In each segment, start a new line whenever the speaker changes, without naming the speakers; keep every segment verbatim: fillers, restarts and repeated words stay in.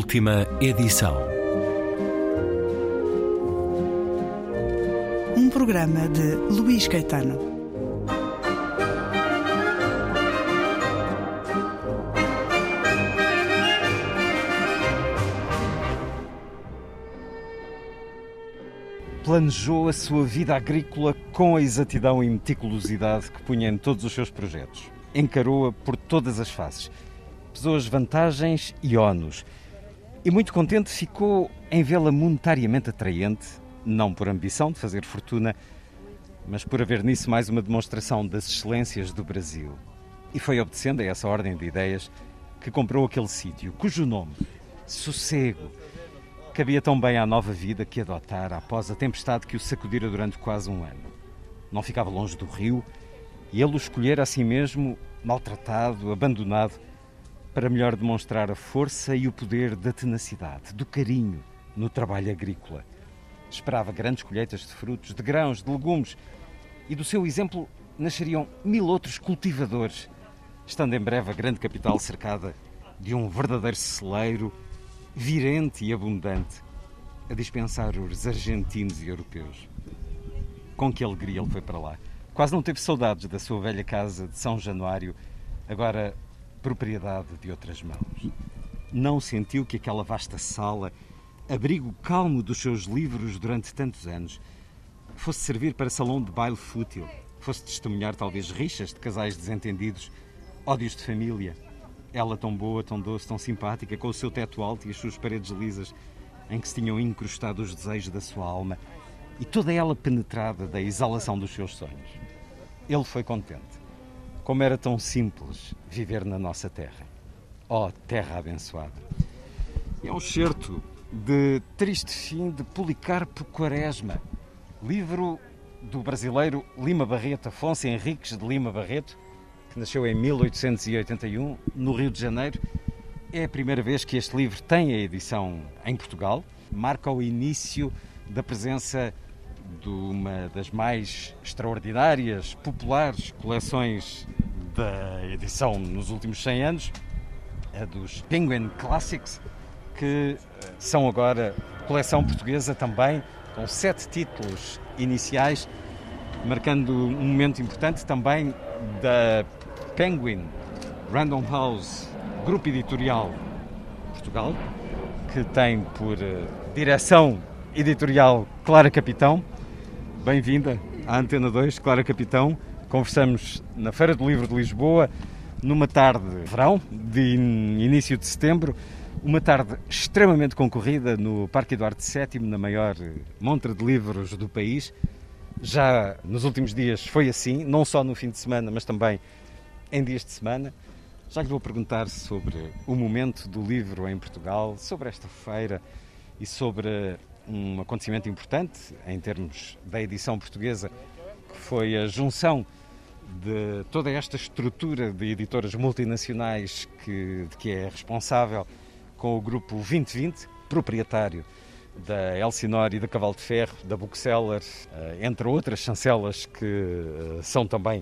Última edição.
Um programa de Luís Caetano.
Planejou a sua vida agrícola com a exatidão e meticulosidade que punha em todos os seus projetos. Encarou-a por todas as faces. Pesou as vantagens e ónus. E muito contente ficou em vê-la monetariamente atraente, não por ambição de fazer fortuna, mas por haver nisso mais uma demonstração das excelências do Brasil. E foi obedecendo a essa ordem de ideias que comprou aquele sítio, cujo nome, Sossego, cabia tão bem à nova vida que adotara após a tempestade que o sacudira durante quase um ano. Não ficava longe do rio e ele o escolhera a si mesmo, maltratado, abandonado, para melhor demonstrar a força e o poder da tenacidade, do carinho no trabalho agrícola. Esperava grandes colheitas de frutos, de grãos, de legumes, e do seu exemplo nasceriam mil outros cultivadores, estando em breve a grande capital cercada de um verdadeiro celeiro, virente e abundante, a dispensar os argentinos e europeus. Com que alegria ele foi para lá. Quase não teve saudades da sua velha casa de São Januário, agora propriedade de outras mãos. Não sentiu que aquela vasta sala, abrigo calmo dos seus livros durante tantos anos, fosse servir para salão de baile fútil, fosse testemunhar talvez rixas de casais desentendidos, ódios de família. Ela tão boa, tão doce, tão simpática, com o seu teto alto e as suas paredes lisas, em que se tinham incrustado os desejos da sua alma, e toda ela penetrada da exalação dos seus sonhos. Ele foi contente. Como era tão simples viver na nossa terra. Oh, terra abençoada! É um excerto de Triste Fim de Policarpo Quaresma, livro do brasileiro Lima Barreto, Afonso Henriques de Lima Barreto, que nasceu em mil oitocentos e oitenta e um, no Rio de Janeiro. É a primeira vez que este livro tem a edição em Portugal. Marca o início da presença de uma das mais extraordinárias, populares coleções da edição nos últimos cem anos, a dos Penguin Classics, que são agora coleção portuguesa também, com sete títulos iniciais, marcando um momento importante também da Penguin Random House, grupo editorial Portugal, que tem por direção editorial Clara Capitão. Bem-vinda à Antena dois, Clara Capitão. Conversamos na Feira do Livro de Lisboa, numa tarde de verão, de início de setembro, uma tarde extremamente concorrida no Parque Eduardo sétimo, na maior montra de livros do país. Já nos últimos dias foi assim, não só no fim de semana, mas também em dias de semana. Já lhe vou perguntar sobre o momento do livro em Portugal, sobre esta feira e sobre um acontecimento importante em termos da edição portuguesa, que foi a junção de toda esta estrutura de editoras multinacionais que, de que é responsável, com o grupo vinte vinte, proprietário da Elsinor e da Cavalo de Ferro, da Bookseller, entre outras chancelas que são também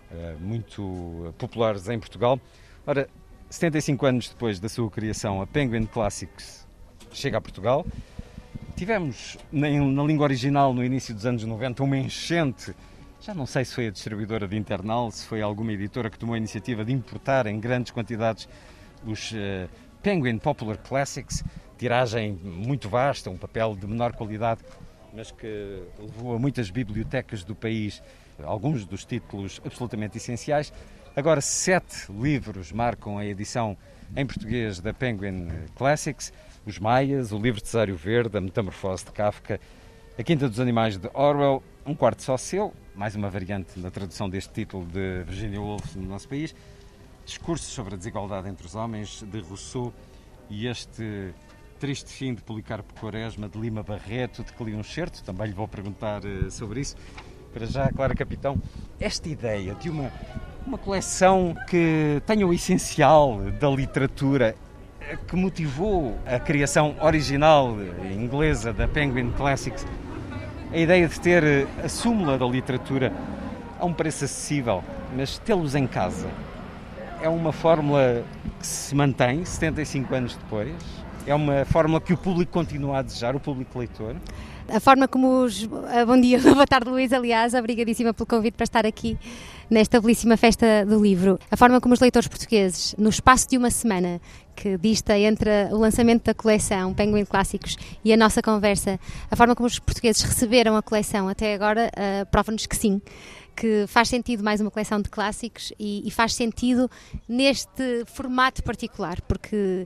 muito populares em Portugal. Ora, setenta e cinco anos depois da sua criação, a Penguin Classics chega a Portugal. Tivemos, na, na língua original, no início dos anos noventa, uma enchente. Já não sei se foi a distribuidora de Internal, se foi alguma editora que tomou a iniciativa de importar em grandes quantidades os uh, Penguin Popular Classics, tiragem muito vasta, um papel de menor qualidade, mas que levou a muitas bibliotecas do país alguns dos títulos absolutamente essenciais. Agora, sete livros marcam a edição em português da Penguin Classics: Os Maias, O Livro de Cesário Verde, A Metamorfose de Kafka, A Quinta dos Animais de Orwell, Um Quarto Só Seu, mais uma variante na tradução deste título de Virginia Woolf no nosso país, Discursos sobre a Desigualdade entre os Homens, de Rousseau, e este Triste Fim de Policarpo Quaresma, de Lima Barreto, de que li um excerto. Também lhe vou perguntar sobre isso. Para já, Clara Capitão, esta ideia de uma, uma coleção que tenha o essencial da literatura, que motivou a criação original inglesa da Penguin Classics, a ideia de ter a súmula da literatura a um preço acessível, mas tê-los em casa, é uma fórmula que se mantém setenta e cinco anos depois? É uma fórmula que o público continua a desejar, o público leitor?
A forma como os... Bom dia, boa tarde, Luís, aliás, obrigadíssima pelo convite para estar aqui nesta belíssima festa do livro. A forma como os leitores portugueses, no espaço de uma semana que dista entre o lançamento da coleção Penguin Clássicos e a nossa conversa, a forma como os portugueses receberam a coleção até agora, uh, prova-nos que sim, que faz sentido mais uma coleção de clássicos e, e faz sentido neste formato particular, porque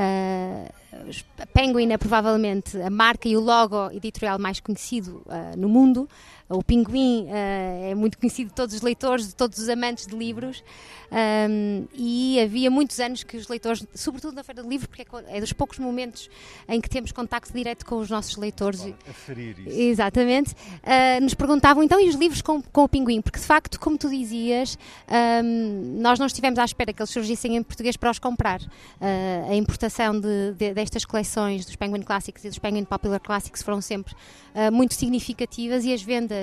uh, a Penguin é provavelmente a marca e o logo editorial mais conhecido uh, no mundo. O Pinguim uh, é muito conhecido de todos os leitores, de todos os amantes de livros, um, e havia muitos anos que os leitores, sobretudo na Feira do Livro, porque é dos poucos momentos em que temos contacto direto com os nossos leitores.
Bom, aferir isso.
Exatamente. Uh, nos perguntavam então, e os livros com, com o Pinguim? Porque de facto, como tu dizias, um, nós não estivemos à espera que eles surgissem em português para os comprar. Uh, a importação de, de, destas coleções dos Penguin Classics e dos Penguin Popular Classics foram sempre uh, muito significativas, e as vendas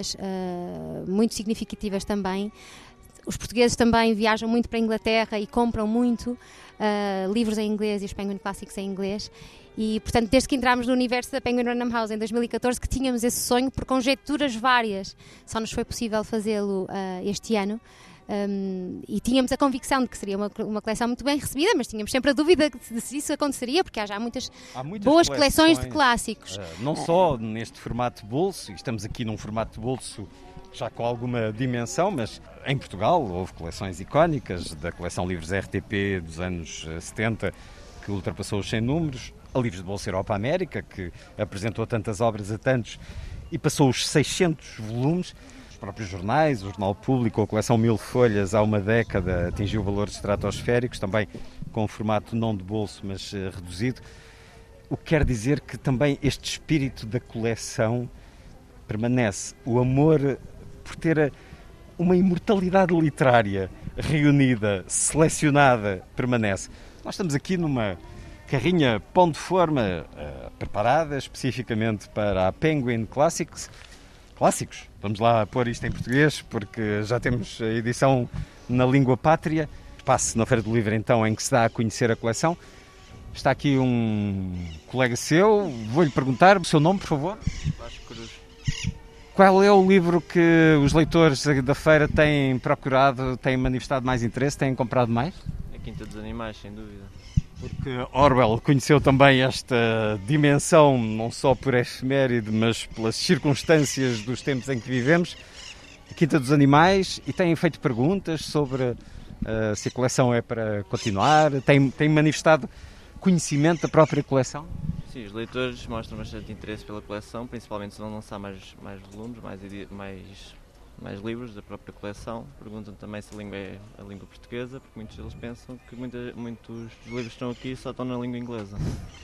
Uh, muito significativas também. Os portugueses também viajam muito para a Inglaterra e compram muito uh, livros em inglês e os Penguin Classics em inglês, e portanto desde que entramos no universo da Penguin Random House em dois mil e catorze que tínhamos esse sonho, por conjecturas várias, só nos foi possível fazê-lo uh, este ano. Um, e tínhamos a convicção de que seria uma, uma coleção muito bem recebida, mas tínhamos sempre a dúvida de se isso aconteceria, porque há já muitas,
há muitas
boas coleções, coleções de clássicos.
Uh, não só neste formato de bolso, e estamos aqui num formato de bolso já com alguma dimensão, mas em Portugal houve coleções icónicas, da coleção Livros R T P dos anos setenta, que ultrapassou os cem números, a Livros de Bolso Europa América, que apresentou tantas obras a tantos e passou os seiscentos volumes. Os próprios jornais, o Jornal Público, a coleção Mil Folhas, há uma década atingiu valores estratosféricos, também com um formato não de bolso, mas uh, reduzido. O que quer dizer que também este espírito da coleção permanece. O amor por ter uma imortalidade literária reunida, selecionada, permanece. Nós estamos aqui numa carrinha pão de forma uh, preparada especificamente para a Penguin Classics. Clássicos, vamos lá pôr isto em português, porque já temos a edição na língua pátria. Passe na Feira do Livro, então, em que se dá a conhecer a coleção. Está aqui um colega seu, vou-lhe perguntar o seu nome, por favor.
Vasco Cruz.
Qual é o livro que os leitores da feira têm procurado, têm manifestado mais interesse, têm comprado mais?
A Quinta dos Animais, sem dúvida.
Porque Orwell conheceu também esta dimensão, não só por efeméride, mas pelas circunstâncias dos tempos em que vivemos. A Quinta dos Animais, e têm feito perguntas sobre uh, se a coleção é para continuar, têm, têm manifestado conhecimento da própria coleção?
Sim, os leitores mostram bastante interesse pela coleção, principalmente se não lançar mais, mais volumes, mais, mais, mais livros da própria coleção. Perguntam também se a língua é a língua portuguesa, porque muitos deles pensam que muita, muitos dos livros que estão aqui só estão na língua inglesa.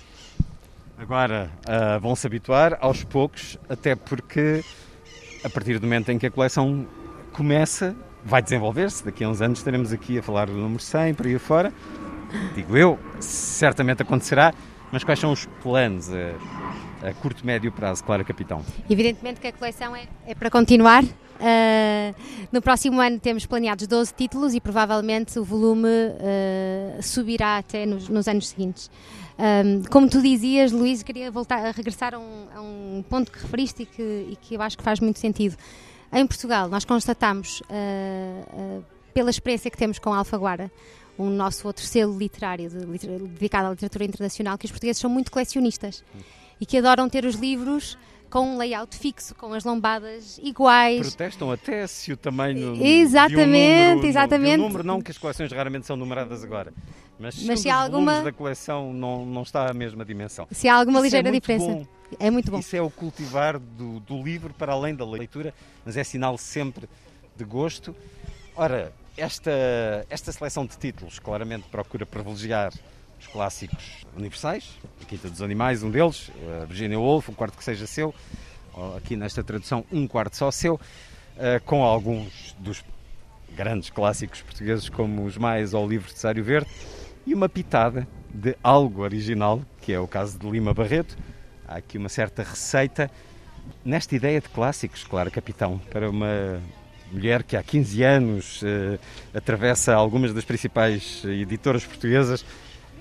Agora uh, vão-se habituar aos poucos, até porque a partir do momento em que a coleção começa, vai desenvolver-se. Daqui a uns anos estaremos aqui a falar do número cem, por aí afora. Digo eu, certamente acontecerá, mas quais são os planos a, a curto, médio prazo, Clara Capitão?
Evidentemente que a coleção é, é para continuar. Uh, no próximo ano temos planeados doze títulos e provavelmente o volume uh, subirá até nos, nos anos seguintes. Um, como tu dizias, Luís, queria voltar a regressar a um, a um ponto que referiste e que, e que eu acho que faz muito sentido. Em Portugal, nós constatamos, uh, uh, pela experiência que temos com a Alfaguara, um nosso outro selo literário de, de, dedicado à literatura internacional, que os portugueses são muito colecionistas e que adoram ter os livros com um layout fixo, com as lombadas iguais.
Protestam até se o tamanho
exatamente,
de um número,
exatamente.
De um número, não que as coleções raramente são numeradas agora, mas se,
mas
um
se há alguma
da coleção não, não está à mesma dimensão.
Se há alguma
Isso
ligeira
é
diferença.
Bom.
É muito bom.
Isso é o cultivar do, do livro para além da leitura, mas é sinal sempre de gosto. Ora, esta, esta seleção de títulos claramente procura privilegiar os clássicos universais, a Quinta dos Animais, um deles, a Virginia Woolf, um quarto que seja seu, aqui nesta tradução, um quarto só seu, com alguns dos grandes clássicos portugueses, como os mais ao livro de Césario Verde, e uma pitada de algo original, que é o caso de Lima Barreto. Há aqui uma certa receita nesta ideia de clássicos, Clara Capitão, para uma mulher que há quinze anos uh, atravessa algumas das principais editoras portuguesas.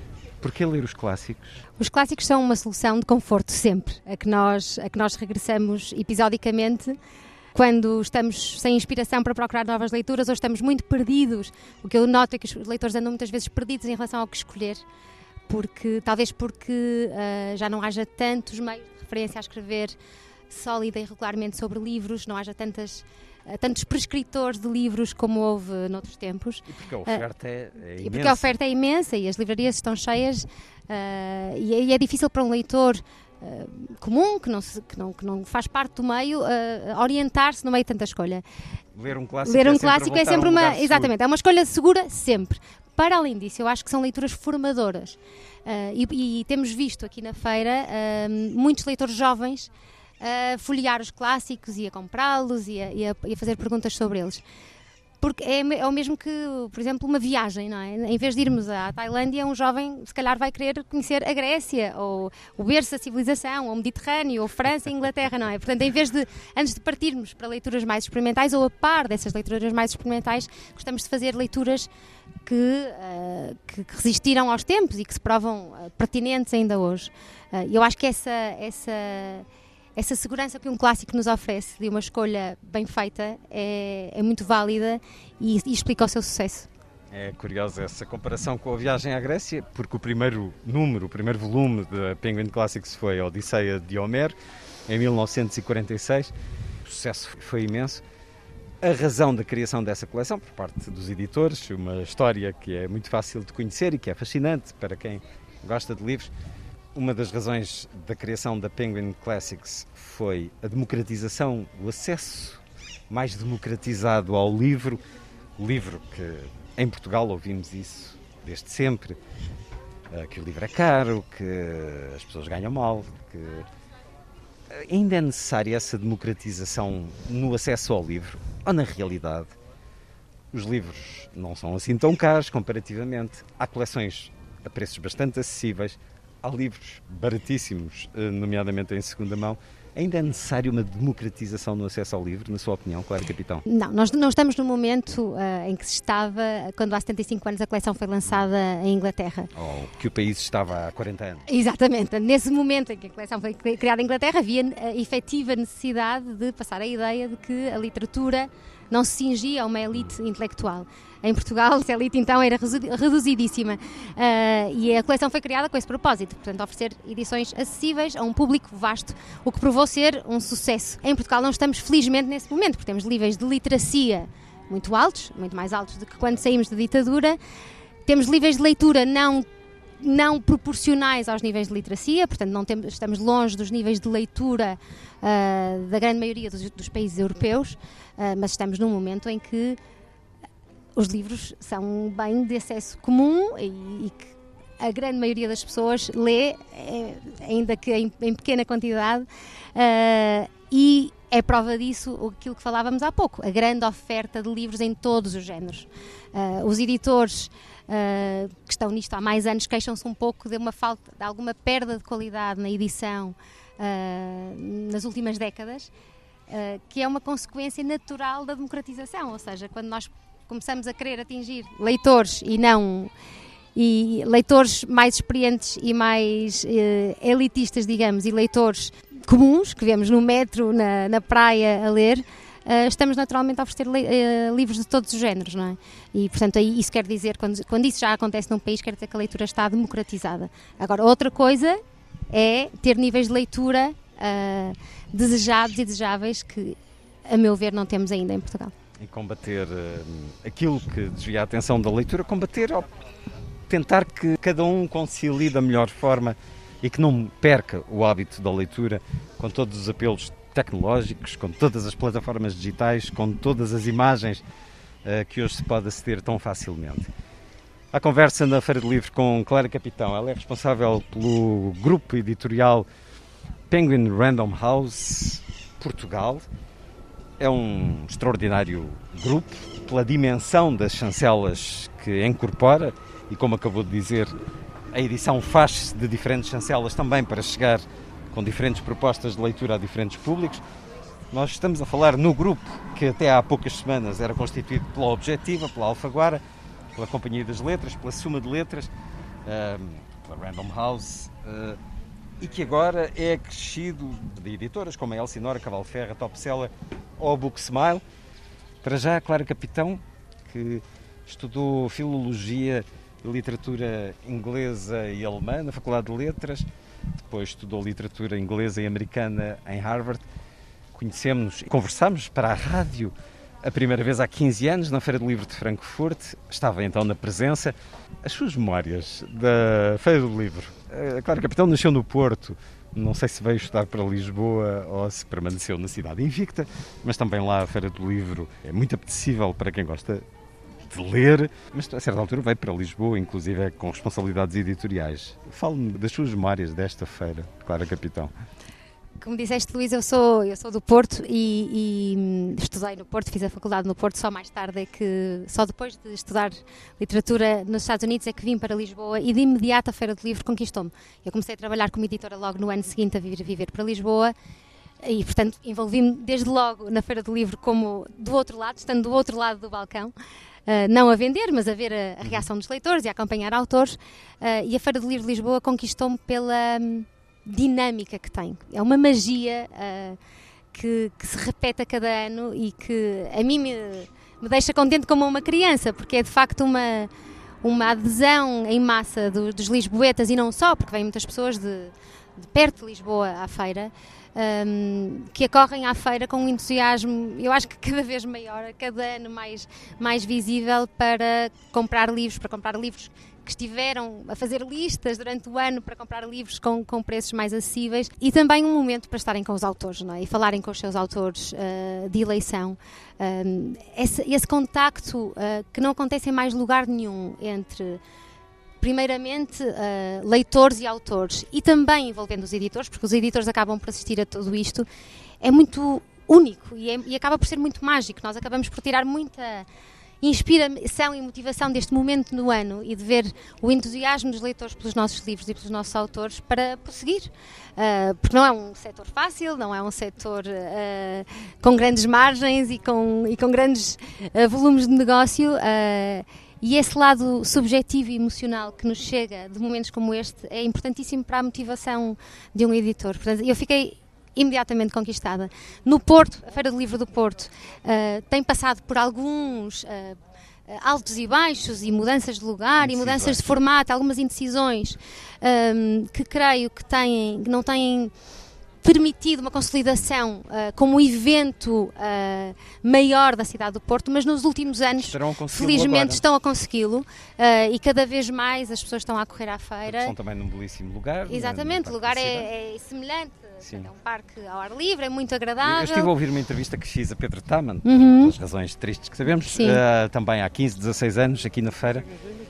Porquê ler os clássicos?
Os clássicos são uma solução de conforto sempre, a que nós, a que nós regressamos episodicamente quando estamos sem inspiração para procurar novas leituras ou estamos muito perdidos. O que eu noto é que os leitores andam muitas vezes perdidos em relação ao que escolher, porque, talvez porque uh, já não haja tantos meios de referência a escrever sólida e regularmente sobre livros, não haja tantas, uh, tantos prescritores de livros como houve noutros tempos.
E porque a oferta uh, é, é imensa.
E porque a oferta é imensa e as livrarias estão cheias, uh, e, é, e é difícil para um leitor uh, comum, que não, se, que, não, que não faz parte do meio, uh, orientar-se no meio de tanta escolha.
Ler um clássico,
Ler um
é,
clássico
sempre
é sempre
um
uma... Exatamente, é uma escolha segura sempre. Para além disso, eu acho que são leituras formadoras. Uh, e, e temos visto aqui na feira uh, muitos leitores jovens a uh, folhear os clássicos e a comprá-los e, e, e a fazer perguntas sobre eles. Porque é, é o mesmo que, por exemplo, uma viagem, não é? Em vez de irmos à Tailândia, um jovem se calhar vai querer conhecer a Grécia, ou o berço da civilização, ou o Mediterrâneo, ou França e Inglaterra, não é? Portanto, em vez de, antes de partirmos para leituras mais experimentais, ou a par dessas leituras mais experimentais, gostamos de fazer leituras que, uh, que, que resistiram aos tempos e que se provam uh, pertinentes ainda hoje. Uh, eu acho que essa... essa Essa segurança que um clássico nos oferece de uma escolha bem feita é, é muito válida e, e explica o seu sucesso.
É curiosa essa comparação com a viagem à Grécia, porque o primeiro número, o primeiro volume da Penguin Classics foi a Odisseia de Homero, em mil novecentos e quarenta e seis. O sucesso foi imenso. A razão da criação dessa coleção, por parte dos editores, uma história que é muito fácil de conhecer e que é fascinante para quem gosta de livros. Uma das razões da criação da Penguin Classics foi a democratização, o acesso mais democratizado ao livro. O livro que, em Portugal, ouvimos isso desde sempre, que o livro é caro, que as pessoas ganham mal, que ainda é necessária essa democratização no acesso ao livro, ou na realidade, os livros não são assim tão caros comparativamente. Há coleções a preços bastante acessíveis, há livros baratíssimos, nomeadamente em segunda mão. Ainda é necessário uma democratização no acesso ao livro, na sua opinião, Clara Capitão?
Não, nós não estamos no momento uh, em que se estava quando há setenta e cinco anos a coleção foi lançada em Inglaterra.
Ou que o país estava há quarenta anos.
Exatamente. Nesse momento em que a coleção foi criada em Inglaterra, havia a efetiva necessidade de passar a ideia de que a literatura não se cingia a uma elite intelectual. Em Portugal, essa elite então era reduzidíssima uh, e a coleção foi criada com esse propósito, portanto oferecer edições acessíveis a um público vasto, o que provou ser um sucesso. Em Portugal não estamos felizmente nesse momento, porque temos níveis de literacia muito altos, muito mais altos do que quando saímos da ditadura, temos níveis de leitura não, não proporcionais aos níveis de literacia, portanto não temos, estamos longe dos níveis de leitura uh, da grande maioria dos, dos países europeus, uh, mas estamos num momento em que os livros são um bem de acesso comum e, e que a grande maioria das pessoas lê, é, ainda que em, em pequena quantidade, uh, e é prova disso aquilo que falávamos há pouco, a grande oferta de livros em todos os géneros. Uh, os editores uh, que estão nisto há mais anos queixam-se um pouco de uma falta, de alguma perda de qualidade na edição uh, nas últimas décadas, uh, que é uma consequência natural da democratização, ou seja, quando nós começamos a querer atingir leitores e não e leitores mais experientes e mais eh, elitistas, digamos, e leitores comuns que vemos no metro, na, na praia a ler, eh, estamos naturalmente a oferecer le, eh, livros de todos os géneros, não é? E portanto aí isso quer dizer, quando, quando isso já acontece num país, quer dizer que a leitura está democratizada. Agora, outra coisa é ter níveis de leitura eh, desejados e desejáveis que, a meu ver, não temos ainda em Portugal.
E combater uh, aquilo que desvia a atenção da leitura, combater ou tentar que cada um concilie da melhor forma e que não perca o hábito da leitura com todos os apelos tecnológicos, com todas as plataformas digitais, com todas as imagens uh, que hoje se pode aceder tão facilmente. A conversa na Feira do Livro com Clara Capitão. Ela é responsável pelo grupo editorial Penguin Random House Portugal. É um extraordinário grupo, pela dimensão das chancelas que incorpora e, como acabou de dizer, a edição faz-se de diferentes chancelas também para chegar com diferentes propostas de leitura a diferentes públicos. Nós estamos a falar no grupo que até há poucas semanas era constituído pela Objetiva, pela Alfaguara, pela Companhia das Letras, pela Suma de Letras, pela Random House, uh, e que agora é acrescido de editoras como a Elsinora, Cavalo Ferra, Top Seller ou Book Smile. Para já, a Clara Capitão, que estudou Filologia e Literatura Inglesa e Alemã na Faculdade de Letras, depois estudou Literatura Inglesa e Americana em Harvard. Conhecemos e conversámos para a rádio a primeira vez há quinze anos, na Feira do Livro de Frankfurt. Estava então na presença. As suas memórias da Feira do Livro. A Clara Capitão nasceu no Porto. Não sei se veio estudar para Lisboa ou se permaneceu na cidade invicta, mas também lá a Feira do Livro é muito apetecível para quem gosta de ler, mas a certa altura veio para Lisboa, inclusive com responsabilidades editoriais. Fale-me das suas memórias desta feira, Clara Capitão.
Como disseste, Luís, eu sou, eu sou do Porto e, e estudei no Porto, fiz a faculdade no Porto, só mais tarde é que, só depois de estudar literatura nos Estados Unidos é que vim para Lisboa e de imediato a Feira do Livro conquistou-me. Eu comecei a trabalhar como editora logo no ano seguinte a vir, viver para Lisboa e, portanto, envolvi-me desde logo na Feira do Livro como do outro lado, estando do outro lado do balcão. Uh, não a vender, mas a ver a, a reação dos leitores e a acompanhar autores. Uh, e a Feira do Livro de Lisboa conquistou-me pela um, dinâmica que tem. É uma magia uh, que, que se repete a cada ano e que a mim me, me deixa contente como uma criança, porque é de facto uma, uma adesão em massa do, dos lisboetas e não só, porque vêm muitas pessoas de, de perto de Lisboa à feira. Um, que acorrem à feira com um entusiasmo, eu acho que cada vez maior, a cada ano mais, mais visível, para comprar livros, para comprar livros que estiveram a fazer listas durante o ano para comprar livros com, com preços mais acessíveis e também um momento para estarem com os autores, não é? E falarem com os seus autores uh, de eleição. Um, esse, esse contacto uh, que não acontece em mais lugar nenhum entre primeiramente, uh, leitores e autores, e também envolvendo os editores, porque os editores acabam por assistir a tudo isto, é muito único e, é, e acaba por ser muito mágico. Nós acabamos por tirar muita inspiração e motivação deste momento no ano e de ver o entusiasmo dos leitores pelos nossos livros e pelos nossos autores para prosseguir. Uh, porque não é um setor fácil, não é um setor uh, com grandes margens e com, e com grandes uh, volumes de negócio. Uh, E esse lado subjetivo e emocional que nos chega de momentos como este é importantíssimo para a motivação de um editor. Portanto, eu fiquei imediatamente conquistada. No Porto, a Feira do Livro do Porto uh, tem passado por alguns uh, altos e baixos e mudanças de lugar e mudanças de formato, algumas indecisões um, que creio que, têm, que não têm permitido uma consolidação uh, como evento uh, maior da cidade do Porto, mas nos últimos anos, felizmente,
agora.
estão a consegui-lo uh, e cada vez mais as pessoas estão a correr à feira.
Porque são também num belíssimo lugar.
Exatamente, o lugar é, é semelhante, é um parque ao ar livre, é muito agradável.
Eu estive a ouvir uma entrevista que fiz a Pedro Taman,
uhum.
pelas razões tristes que sabemos, uh, também há quinze, dezasseis anos aqui na feira,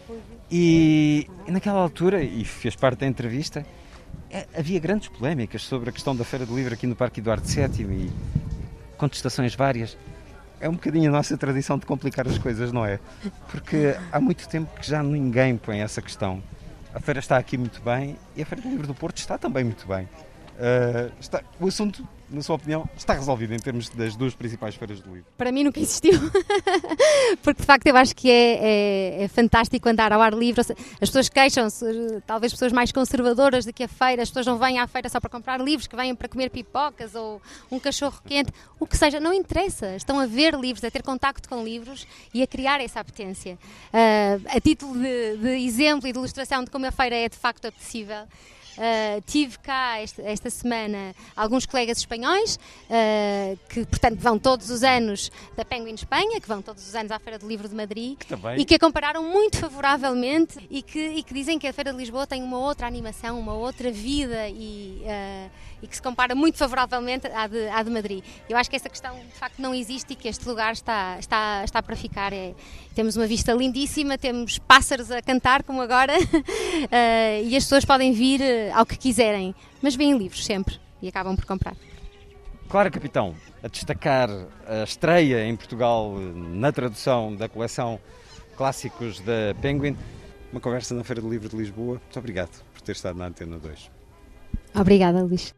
e, e naquela altura, e fez parte da entrevista, havia grandes polémicas sobre a questão da Feira do Livro aqui no Parque Eduardo sétimo e contestações várias. É um bocadinho a nossa tradição de complicar as coisas, não é? Porque há muito tempo que já ninguém põe essa questão. A feira está aqui muito bem e a Feira do Livro do Porto está também muito bem. Uh, está, o assunto, na sua opinião, está resolvido em termos das duas principais feiras do livro?
Para mim nunca existiu, porque de facto eu acho que é, é, é fantástico andar ao ar livre. As pessoas queixam-se, talvez pessoas mais conservadoras de que a feira, as pessoas não vêm à feira só para comprar livros, que vêm para comer pipocas ou um cachorro quente, o que seja, não interessa, estão a ver livros, a ter contacto com livros e a criar essa apetência. Uh, a título de, de exemplo e de ilustração de como a feira é de facto apetecível, Uh, tive cá esta, esta semana alguns colegas espanhóis uh, que, portanto, vão todos os anos da Penguin Espanha, que vão todos os anos à Feira do Livro de Madrid
que
e que a compararam muito favoravelmente e que, e que dizem que a Feira de Lisboa tem uma outra animação, uma outra vida e, uh, e que se compara muito favoravelmente à de, à de Madrid. Eu acho que essa questão de facto não existe e que este lugar está, está, está para ficar. É, temos uma vista lindíssima, temos pássaros a cantar como agora uh, e as pessoas podem vir ao que quiserem, mas vêm livros sempre e acabam por comprar.
Clara Capitão, a destacar a estreia em Portugal na tradução da coleção Clássicos da Penguin, uma conversa na Feira do Livro de Lisboa. Muito obrigado por ter estado na Antena dois.
Obrigada, Luís.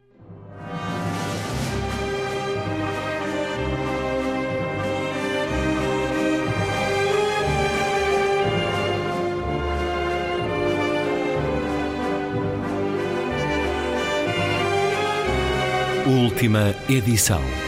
Última edição.